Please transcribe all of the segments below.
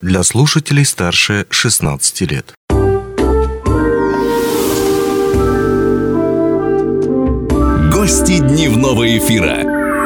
Для слушателей старше 16 лет. Гости дневного эфира.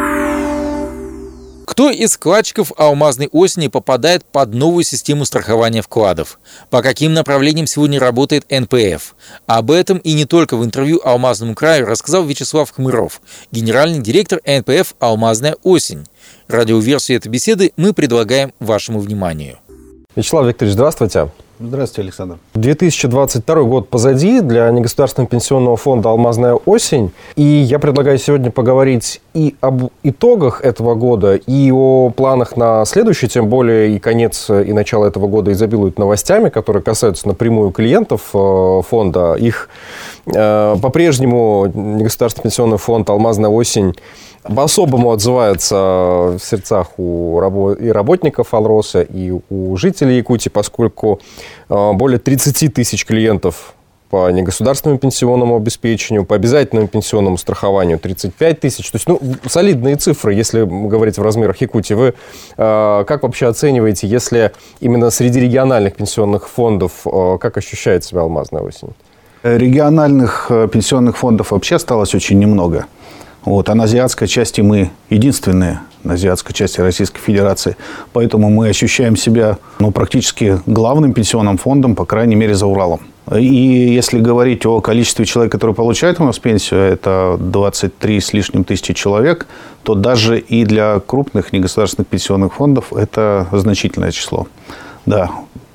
Кто из вкладчиков алмазной осени попадает под новую систему страхования вкладов? По каким направлениям сегодня работает НПФ? Об этом и не только в интервью «Алмазному краю» рассказал Вячеслав Хмыров, генеральный директор НПФ «Алмазная осень». Радиоверсию этой беседы мы предлагаем вашему вниманию. Вячеслав Викторович, здравствуйте. Здравствуйте, Александр. 2022 год позади для негосударственного пенсионного фонда «Алмазная осень». И я предлагаю сегодня поговорить и об итогах этого года, и о планах на следующий, тем более и конец, и начало этого года изобилуют новостями, которые касаются напрямую клиентов фонда. Их по-прежнему негосударственный пенсионный фонд «Алмазная осень» по-особому отзывается в сердцах и работников Алроса, и у жителей Якутии, поскольку более 30 тысяч клиентов по негосударственному пенсионному обеспечению, по обязательному пенсионному страхованию 35 тысяч. То есть, солидные цифры, если говорить в размерах Якутии. Вы как вообще оцениваете, если именно среди региональных пенсионных фондов, как ощущает себя «Алмазная осень»? Региональных пенсионных фондов вообще осталось очень немного. А на азиатской части мы единственные, на азиатской части Российской Федерации. Поэтому мы ощущаем себя практически главным пенсионным фондом, по крайней мере, за Уралом. И если говорить о количестве человек, которые получают у нас пенсию, это 23 с лишним тысячи человек, то даже и для крупных негосударственных пенсионных фондов это значительное число. Да,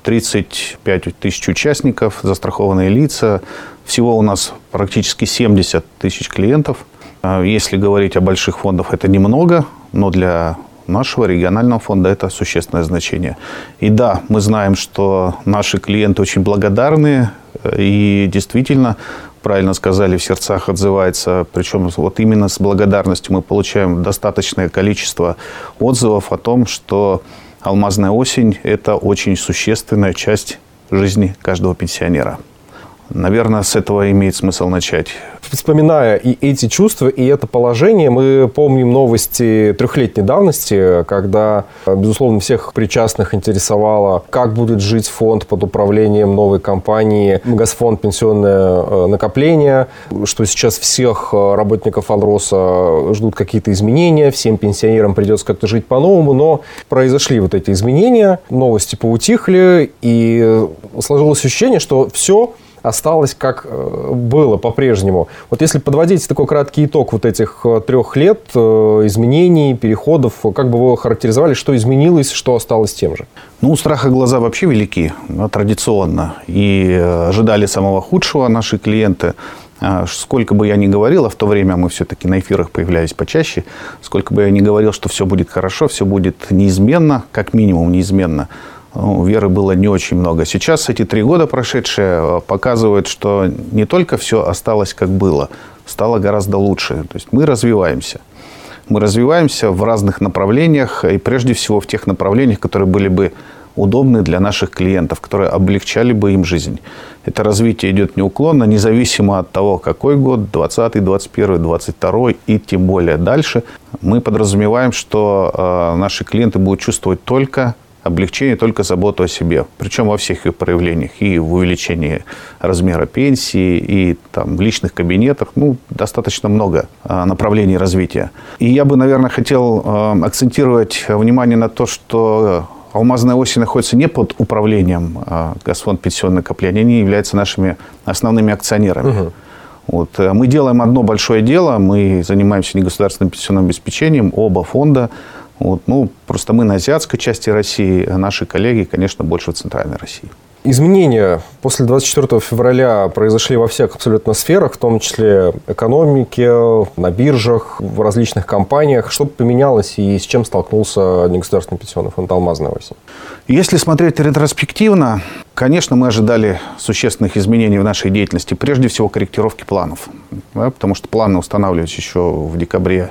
35 тысяч участников, застрахованные лица. Всего у нас практически 70 тысяч клиентов. Если говорить о больших фондах, это немного, но для нашего регионального фонда это существенное значение. И да, мы знаем, что наши клиенты очень благодарны и действительно, правильно сказали, в сердцах отзывается. Причем именно с благодарностью мы получаем достаточное количество отзывов о том, что «Алмазная осень» – это очень существенная часть жизни каждого пенсионера. Наверное, с этого имеет смысл начать. Вспоминая и эти чувства, и это положение, мы помним новости трехлетней давности, когда, безусловно, всех причастных интересовало, как будет жить фонд под управлением новой компании «Газфонд пенсионное накопление», что сейчас всех работников Алроса ждут какие-то изменения, всем пенсионерам придется как-то жить по-новому, но произошли вот эти изменения, новости поутихли, и сложилось ощущение, что все осталось как было по-прежнему. Если подводить такой краткий итог этих 3 лет изменений, переходов, как бы вы характеризовали, что изменилось, что осталось тем же? Страх и глаза вообще велики, традиционно. И ожидали самого худшего наши клиенты. Сколько бы я ни говорил, а в то время мы все-таки на эфирах появлялись почаще, сколько бы я ни говорил, что все будет хорошо, все будет неизменно, как минимум неизменно, веры было не очень много. Сейчас эти 3 года прошедшие показывают, что не только все осталось как было, стало гораздо лучше. То есть мы развиваемся. Мы развиваемся в разных направлениях, и прежде всего в тех направлениях, которые были бы удобны для наших клиентов, которые облегчали бы им жизнь. Это развитие идет неуклонно, независимо от того, какой год, 20-й, 21-й, 22-й и тем более дальше. Мы подразумеваем, что наши клиенты будут чувствовать только облегчение, только заботу о себе. Причем во всех ее проявлениях. И в увеличении размера пенсии, и в личных кабинетах. Достаточно много направлений развития. И я бы, наверное, хотел акцентировать внимание на то, что «Алмазная осень» находится не под управлением «Газфонд пенсионное накопление». Они являются нашими основными акционерами. Мы делаем одно большое дело. Мы занимаемся негосударственным пенсионным обеспечением. Оба фонда. Просто мы на азиатской части России, а наши коллеги, конечно, больше в центральной России. Изменения после 24 февраля произошли во всех абсолютно сферах, в том числе экономике, на биржах, в различных компаниях. Что поменялось и с чем столкнулся негосударственный пенсионный фонд «Алмазная осень»? Если смотреть ретроспективно, конечно, мы ожидали существенных изменений в нашей деятельности. Прежде всего, корректировки планов. Потому что планы устанавливались еще в декабре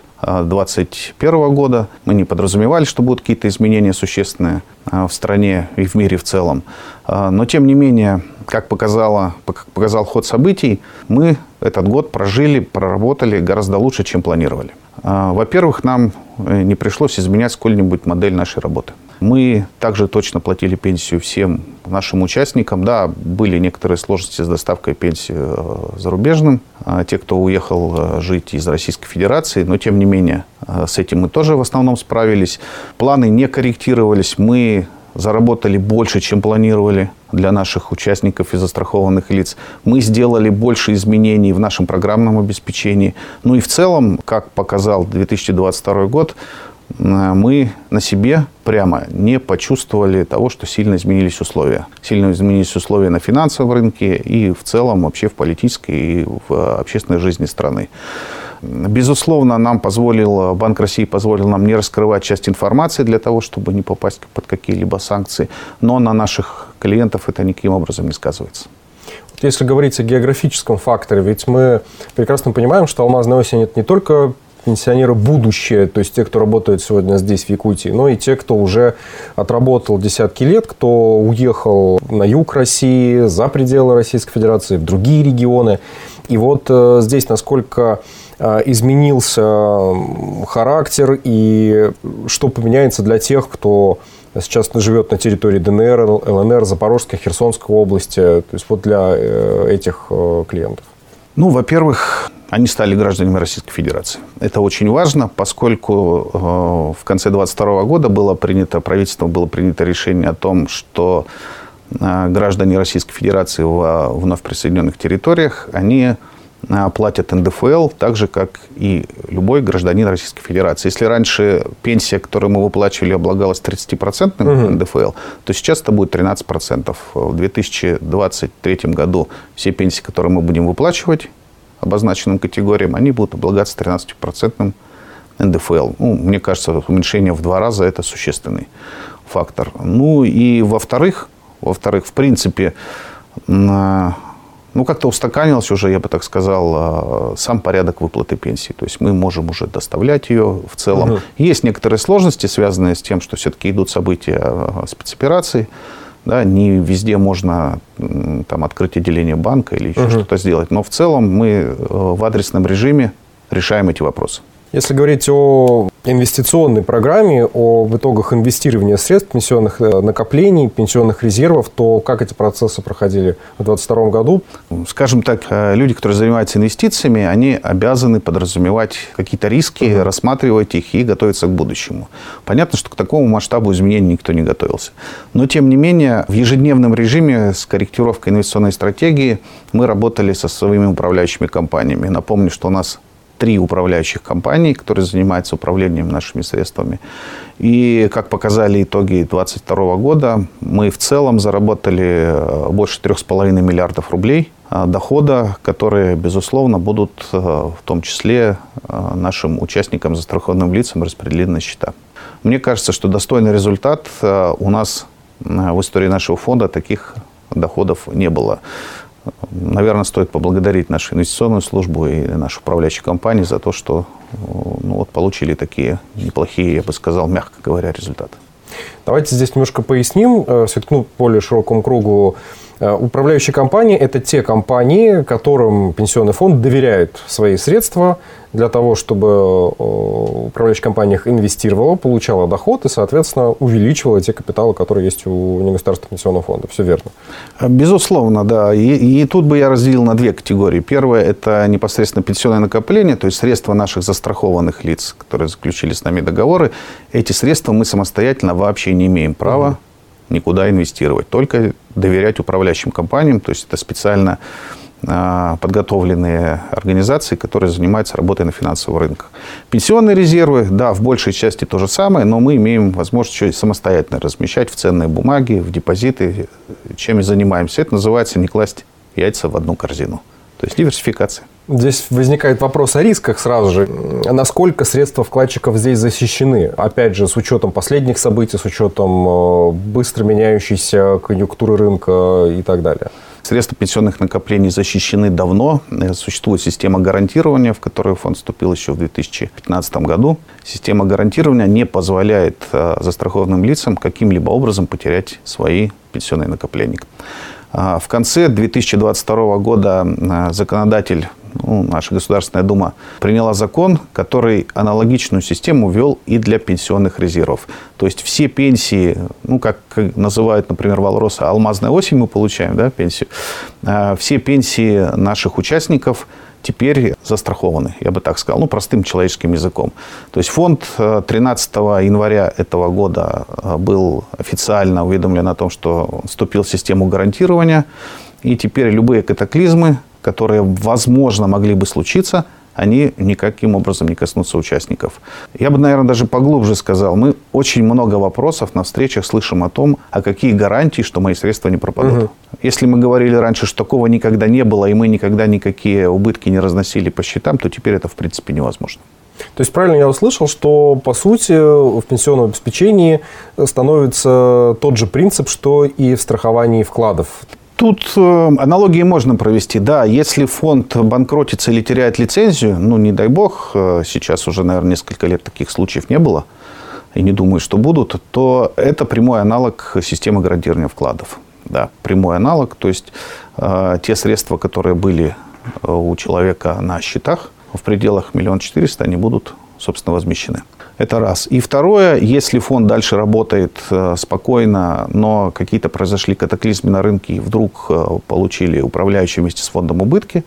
2021 года. Мы не подразумевали, что будут какие-то изменения существенные в стране и в мире в целом. Но, тем не менее, как показал ход событий, мы этот год проработали гораздо лучше, чем планировали. Во-первых, нам не пришлось изменять сколь-нибудь модель нашей работы. Мы также точно платили пенсию всем нашим участникам. Да, были некоторые сложности с доставкой пенсии зарубежным, те, кто уехал жить из Российской Федерации, но тем не менее с этим мы тоже в основном справились. Планы не корректировались, мы заработали больше, чем планировали для наших участников и застрахованных лиц. Мы сделали больше изменений в нашем программном обеспечении. Ну и в целом, как показал 2022 год, мы на себе прямо не почувствовали того, что сильно изменились условия. Сильно изменились условия на финансовом рынке и в целом вообще в политической и в общественной жизни страны. Безусловно, Банк России позволил нам не раскрывать часть информации для того, чтобы не попасть под какие-либо санкции, но на наших клиентов это никаким образом не сказывается. Если говорить о географическом факторе, ведь мы прекрасно понимаем, что «Алмазная осень» – это не только пенсионеры будущее, то есть те, кто работает сегодня здесь, в Якутии, но и те, кто уже отработал десятки лет, кто уехал на юг России, за пределы Российской Федерации, в другие регионы. И вот здесь насколько изменился характер и что поменяется для тех, кто сейчас живет на территории ДНР, ЛНР, Запорожской, Херсонской области, то есть вот для этих клиентов? Ну, во-первых, они стали гражданами Российской Федерации. Это очень важно, поскольку в конце 2022 года правительством было принято решение о том, что граждане Российской Федерации в вновь присоединенных территориях, они платят НДФЛ так же, как и любой гражданин Российской Федерации. Если раньше пенсия, которую мы выплачивали, облагалась 30% НДФЛ, то сейчас это будет 13%. В 2023 году все пенсии, которые мы будем выплачивать обозначенным категориям, они будут облагаться 13% НДФЛ. Ну, мне кажется, уменьшение в 2 раза – это существенный фактор. Ну и во-вторых, в принципе, как-то устаканился уже, я бы так сказал, сам порядок выплаты пенсии. То есть мы можем уже доставлять ее в целом. Есть некоторые сложности, связанные с тем, что все-таки идут события спецопераций. Да, не везде можно там открыть отделение банка или еще что-то сделать. Но в целом мы в адресном режиме решаем эти вопросы. Если говорить о инвестиционной программе, об итогах инвестирования средств, пенсионных накоплений, пенсионных резервов, то как эти процессы проходили в 2022 году? Скажем так, люди, которые занимаются инвестициями, они обязаны подразумевать какие-то риски, рассматривать их и готовиться к будущему. Понятно, что к такому масштабу изменений никто не готовился. Но, тем не менее, в ежедневном режиме с корректировкой инвестиционной стратегии мы работали со своими управляющими компаниями. Напомню, что у нас 3 управляющих компаний, которые занимаются управлением нашими средствами. И, как показали итоги 2022 года, мы в целом заработали больше 3,5 миллиардов рублей дохода, которые, безусловно, будут в том числе нашим участникам, застрахованным лицам распределены на счета. Мне кажется, что достойный результат. У нас в истории нашего фонда таких доходов не было. Наверное, стоит поблагодарить нашу инвестиционную службу и нашу управляющую компанию за то, что получили такие неплохие, я бы сказал, мягко говоря, результаты. Давайте здесь немножко поясним, все-таки более широкому кругу. Управляющие компании – это те компании, которым пенсионный фонд доверяет свои средства для того, чтобы управляющая компания их инвестировала, получала доход и, соответственно, увеличивала те капиталы, которые есть у негосударственного пенсионного фонда. Все верно? Безусловно, да. И тут бы я разделил на 2 категории. Первое – это непосредственно пенсионное накопление, то есть средства наших застрахованных лиц, которые заключили с нами договоры. Эти средства мы самостоятельно вообще не имеем права никуда инвестировать, только доверять управляющим компаниям, то есть это специально подготовленные организации, которые занимаются работой на финансовых рынках. Пенсионные резервы, да, в большей части то же самое, но мы имеем возможность еще и самостоятельно размещать в ценные бумаги, в депозиты, чем и занимаемся. Это называется не класть яйца в одну корзину. То есть диверсификация. Здесь возникает вопрос о рисках сразу же. Насколько средства вкладчиков здесь защищены? Опять же, с учетом последних событий, с учетом быстро меняющейся конъюнктуры рынка и так далее. Средства пенсионных накоплений защищены давно. Существует система гарантирования, в которую фонд вступил еще в 2015 году. Система гарантирования не позволяет застрахованным лицам каким-либо образом потерять свои пенсионные накопления. В конце 2022 года законодатель наша Государственная Дума приняла закон, который аналогичную систему ввел и для пенсионных резервов. То есть все пенсии, как называют, например, Валроса, алмазная осень мы получаем, да, пенсию. Все пенсии наших участников теперь застрахованы, я бы так сказал, простым человеческим языком. То есть фонд 13 января этого года был официально уведомлен о том, что вступил в систему гарантирования, и теперь любые катаклизмы, которые, возможно, могли бы случиться, они никаким образом не коснутся участников. Я бы, наверное, даже поглубже сказал, мы очень много вопросов на встречах слышим о том, а какие гарантии, что мои средства не пропадут. Если мы говорили раньше, что такого никогда не было, и мы никогда никакие убытки не разносили по счетам, то теперь это, в принципе, невозможно. То есть правильно я услышал, что, по сути, в пенсионном обеспечении становится тот же принцип, что и в страховании вкладов? Тут аналогии можно провести. Да, если фонд банкротится или теряет лицензию, не дай бог, сейчас уже, наверное, несколько лет таких случаев не было, и не думаю, что будут, то это прямой аналог системы гарантирования вкладов. Да, прямой аналог. То есть те средства, которые были у человека на счетах, в пределах 1 400 000, они будут, собственно, возмещены. Это раз. И второе, если фонд дальше работает спокойно, но какие-то произошли катаклизмы на рынке, и вдруг получили управляющие вместе с фондом убытки,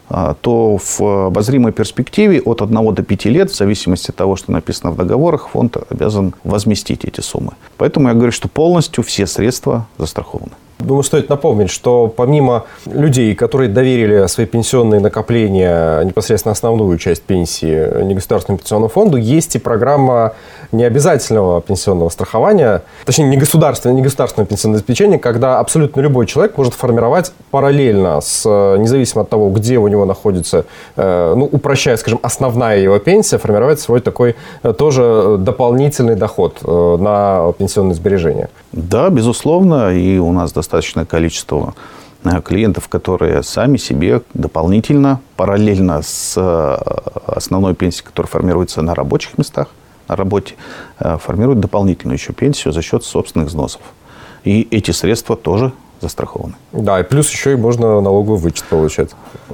то в обозримой перспективе от 1 до 5 лет, в зависимости от того, что написано в договорах, фонд обязан возместить эти суммы. Поэтому я говорю, что полностью все средства застрахованы. Думаю, стоит напомнить, что помимо людей, которые доверили свои пенсионные накопления, непосредственно основную часть пенсии негосударственному пенсионному фонду, есть и программа необязательного пенсионного страхования, точнее, негосударственного пенсионного обеспечения, когда абсолютно любой человек может формировать параллельно, независимо от того, где у него находится, упрощая, скажем, основная его пенсия, формировать свой такой тоже дополнительный доход на пенсионные сбережения. Да, безусловно, и у нас достаточное количество клиентов, которые сами себе дополнительно, параллельно с основной пенсией, которая формируется на рабочих местах, на работе, формируют дополнительную еще пенсию за счет собственных взносов. И эти средства тоже застрахованы. Да, и плюс еще и можно налоговый вычет получать.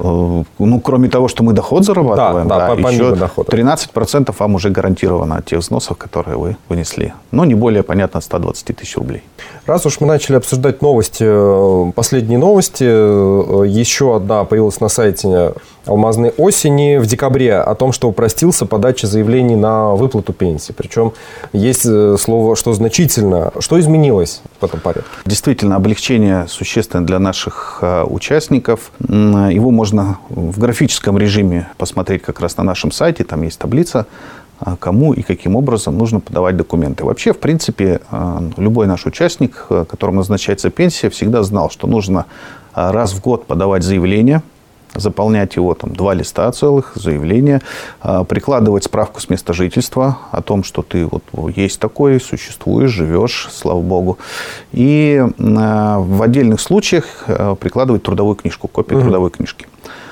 Кроме того, что мы доход зарабатываем, еще дохода. 13% вам уже гарантировано от тех взносов, которые вы вынесли. Но не более, понятно, 120 000 рублей. Раз уж мы начали обсуждать новости, последние новости, еще одна появилась на сайте «Алмазной осени» в декабре о том, что упростился подача заявлений на выплату пенсии. Причем есть слово, что значительно. Что изменилось в этом порядке? Действительно, облегчение существенное для наших участников. Его можно в графическом режиме посмотреть как раз на нашем сайте. Там есть таблица, кому и каким образом нужно подавать документы. Вообще, в принципе, любой наш участник, которому назначается пенсия, всегда знал, что нужно раз в год подавать заявление, заполнять его 2 листа целых, заявления, прикладывать справку с места жительства о том, что ты есть такой, существуешь, живешь, слава богу. И в отдельных случаях прикладывать трудовую книжку, копию трудовой книжки.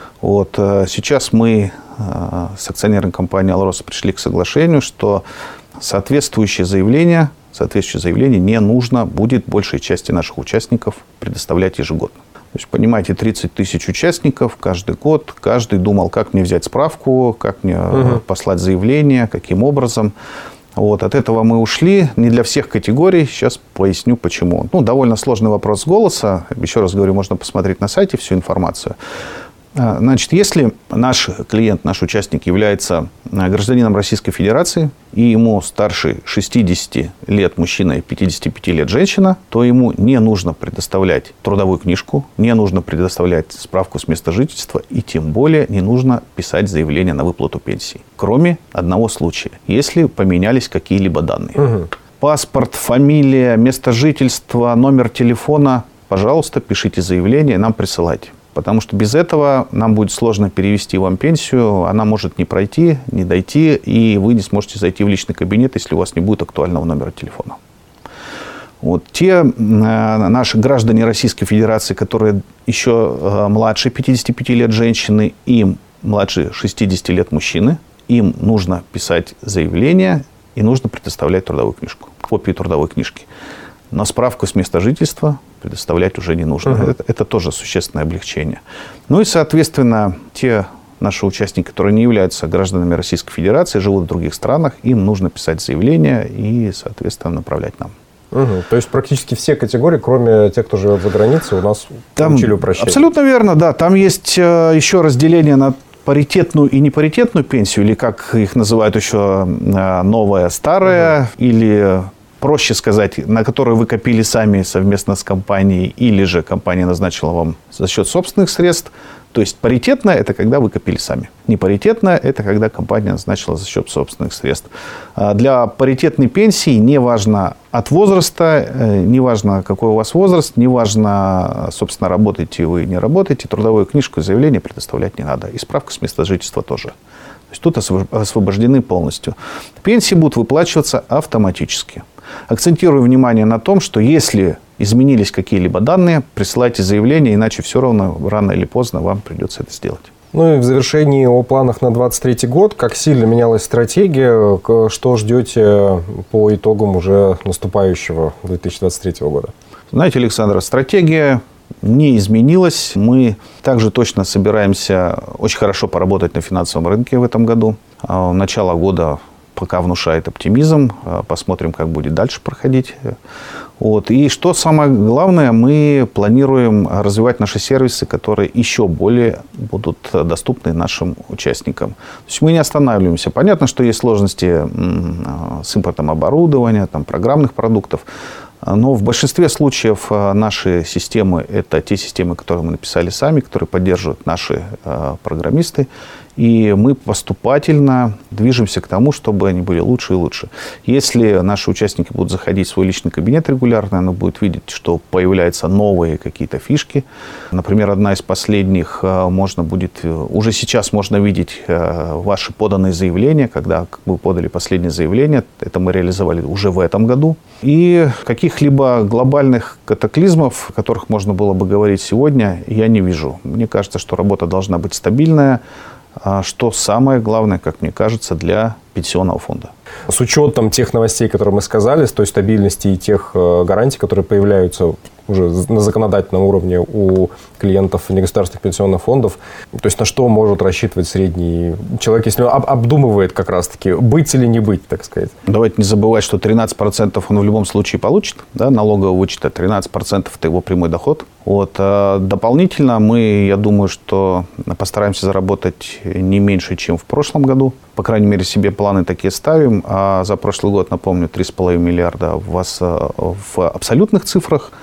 Сейчас мы с акционерной компанией «Алроса» пришли к соглашению, что соответствующее заявление не нужно будет большей части наших участников предоставлять ежегодно. То есть, понимаете, 30 000 участников каждый год, каждый думал, как мне взять справку, как мне послать заявление, каким образом. От этого мы ушли. Не для всех категорий. Сейчас поясню, почему. Довольно сложный вопрос голоса. Еще раз говорю, можно посмотреть на сайте всю информацию. Значит, если наш клиент, наш участник является гражданином Российской Федерации, и ему старше 60 лет мужчина и 55 лет женщина, то ему не нужно предоставлять трудовую книжку, не нужно предоставлять справку с места жительства, и тем более не нужно писать заявление на выплату пенсии. Кроме одного случая, если поменялись какие-либо данные. Паспорт, фамилия, место жительства, номер телефона, пожалуйста, пишите заявление, нам присылайте. Потому что без этого нам будет сложно перевести вам пенсию, она может не пройти, не дойти, и вы не сможете зайти в личный кабинет, если у вас не будет актуального номера телефона. Те наши граждане Российской Федерации, которые еще младше 55 лет женщины, им младше 60 лет мужчины, им нужно писать заявление и нужно предоставлять трудовую книжку, копию трудовой книжки. Но справку с места жительства предоставлять уже не нужно. Это тоже существенное облегчение. И, соответственно, те наши участники, которые не являются гражданами Российской Федерации, живут в других странах, им нужно писать заявление и, соответственно, направлять нам. Угу. То есть практически все категории, кроме тех, кто живет за границей, у нас получили упрощение. Абсолютно верно, да. Там есть еще разделение на паритетную и непаритетную пенсию, или как их называют еще новая, старая, или, проще сказать, на которую вы копили сами совместно с компанией, или же компания назначила вам за счет собственных средств. То есть паритетная – это когда вы копили сами. Непаритетная – это когда компания назначила за счет собственных средств. Для паритетной пенсии неважно от возраста, неважно какой у вас возраст, неважно, собственно, работаете вы, не работаете, трудовую книжку и заявление предоставлять не надо. И справка с места жительства тоже. То есть тут освобождены полностью. Пенсии будут выплачиваться автоматически. Акцентирую внимание на том, что если изменились какие-либо данные, присылайте заявление, иначе все равно рано или поздно вам придется это сделать. Ну и в завершении о планах на 2023 год. Как сильно менялась стратегия? Что ждете по итогам уже наступающего 2023 года? Знаете, Александр, стратегия не изменилась. Мы также точно собираемся очень хорошо поработать на финансовом рынке в этом году. Начало года пока внушает оптимизм. Посмотрим, как будет дальше проходить. И что самое главное, мы планируем развивать наши сервисы, которые еще более будут доступны нашим участникам. То есть мы не останавливаемся. Понятно, что есть сложности с импортом оборудования, программных продуктов. Но в большинстве случаев наши системы – это те системы, которые мы написали сами, которые поддерживают наши программисты. И мы поступательно движемся к тому, чтобы они были лучше и лучше. Если наши участники будут заходить в свой личный кабинет регулярно, они будут видеть, что появляются новые какие-то фишки. Например, одна из последних уже сейчас можно видеть ваши поданные заявления, когда вы подали последнее заявление. Это мы реализовали уже в этом году. И каких-либо глобальных катаклизмов, о которых можно было бы говорить сегодня, я не вижу. Мне кажется, что работа должна быть стабильная, что самое главное, как мне кажется, для пенсионного фонда. С учетом тех новостей, которые мы сказали, с той стабильности и тех гарантий, которые появляются уже на законодательном уровне у клиентов негосударственных пенсионных фондов, то есть на что может рассчитывать средний человек, если он обдумывает как раз-таки, быть или не быть, так сказать? Давайте не забывать, что 13% он в любом случае получит, налогового вычета, 13% это его прямой доход. Дополнительно мы, я думаю, что постараемся заработать не меньше, чем в прошлом году. По крайней мере, себе планы такие ставим. А за прошлый год, напомню, 3,5 миллиарда в абсолютных цифрах.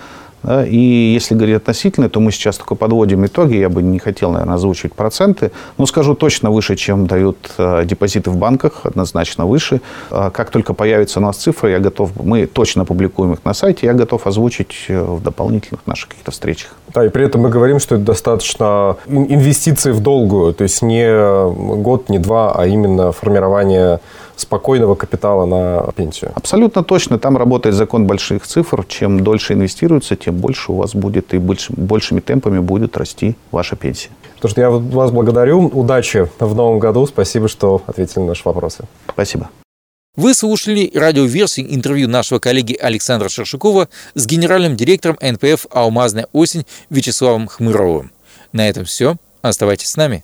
И если говорить относительно, то мы сейчас только подводим итоги. Я бы не хотел, наверное, озвучивать проценты. Но скажу точно выше, чем дают депозиты в банках. Однозначно выше. Как только появятся у нас цифры, мы точно опубликуем их на сайте. Я готов озвучить в дополнительных наших каких-то встречах. Да, и при этом мы говорим, что это достаточно инвестиции в долгую. То есть не год, не два, а именно формирование спокойного капитала на пенсию. Абсолютно точно. Там работает закон больших цифр. Чем дольше инвестируется, тем больше у вас будет и большими темпами будет расти ваша пенсия. Что ж, я вас благодарю. Удачи в новом году. Спасибо, что ответили на наши вопросы. Спасибо. Вы слушали радиоверсию интервью нашего коллеги Александра Шершукова с генеральным директором НПФ «Алмазная осень» Вячеславом Хмыровым. На этом все. Оставайтесь с нами.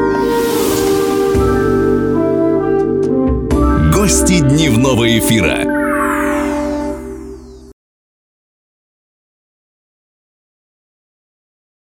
Гости дневного эфира.